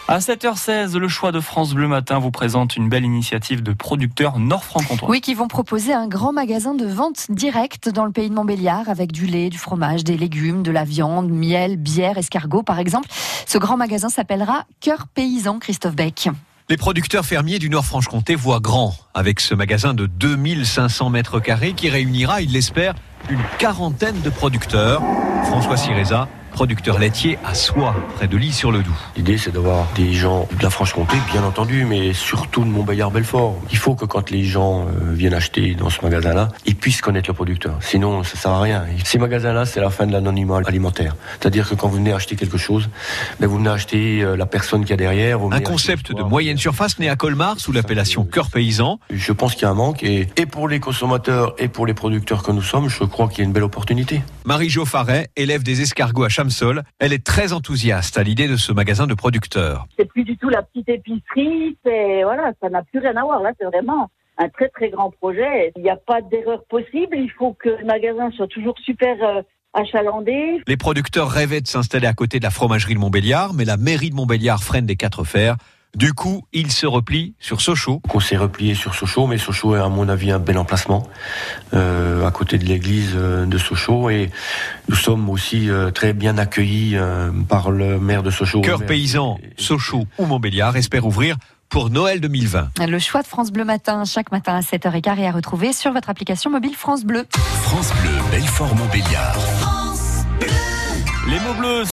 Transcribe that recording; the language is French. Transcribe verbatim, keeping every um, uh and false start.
À sept heures seize, le choix de France Bleu Matin vous présente une belle initiative de producteurs nord-franc-comtois. Oui, qui vont proposer un grand magasin de vente directe dans le pays de Montbéliard avec du lait, du fromage, des légumes, de la viande, miel, bière, escargot par exemple. Ce grand magasin s'appellera Cœur Paysan, Christophe Beck. Les producteurs fermiers du Nord-Franche-Comté voient grand avec ce magasin de deux mille cinq cents mètres carrés qui réunira, ils l'espèrent, une quarantaine de producteurs. François Cireza, producteur laitier à Soie, près de L'Isle-sur-le-Doubs. L'idée, c'est d'avoir des gens de la Franche-Comté, bien entendu, mais surtout de Montbéliard-Belfort. Il faut que quand les gens euh, viennent acheter dans ce magasin-là, ils puissent connaître le producteur. Sinon, ça sert à rien. Ces magasins-là, c'est la fin de l'anonymat alimentaire. C'est-à-dire que quand vous venez acheter quelque chose, ben vous venez acheter euh, la personne qu'il y a derrière. Un concept de moyenne surface né à Colmar sous l'appellation Cœur Paysan. Je pense qu'il y a un manque et, et pour les consommateurs et pour les producteurs que nous sommes, je crois qu'il y a une belle opportunité. Marie-Jo Farret, élève des escargots à Chamsol, elle est très enthousiaste à l'idée de ce magasin de producteurs. C'est plus du tout la petite épicerie, c'est voilà, ça n'a plus rien à voir. Là, c'est vraiment un très très grand projet. Il n'y a pas d'erreur possible. Il faut que le magasin soit toujours super euh, achalandé. Les producteurs rêvaient de s'installer à côté de la fromagerie de Montbéliard, mais la mairie de Montbéliard freine des quatre fers. Du coup, il se replie sur Sochaux. On s'est replié sur Sochaux, mais Sochaux est à mon avis un bel emplacement, euh, à côté de l'église de Sochaux. Et nous sommes aussi euh, très bien accueillis euh, par le maire de Sochaux. Cœur Paysan, Sochaux ou Montbéliard espère ouvrir pour Noël deux mille vingt. Le choix de France Bleu Matin, chaque matin à sept heures quinze et à retrouver sur votre application mobile France Bleu. France Bleu, Belfort Montbéliard. Les mots bleus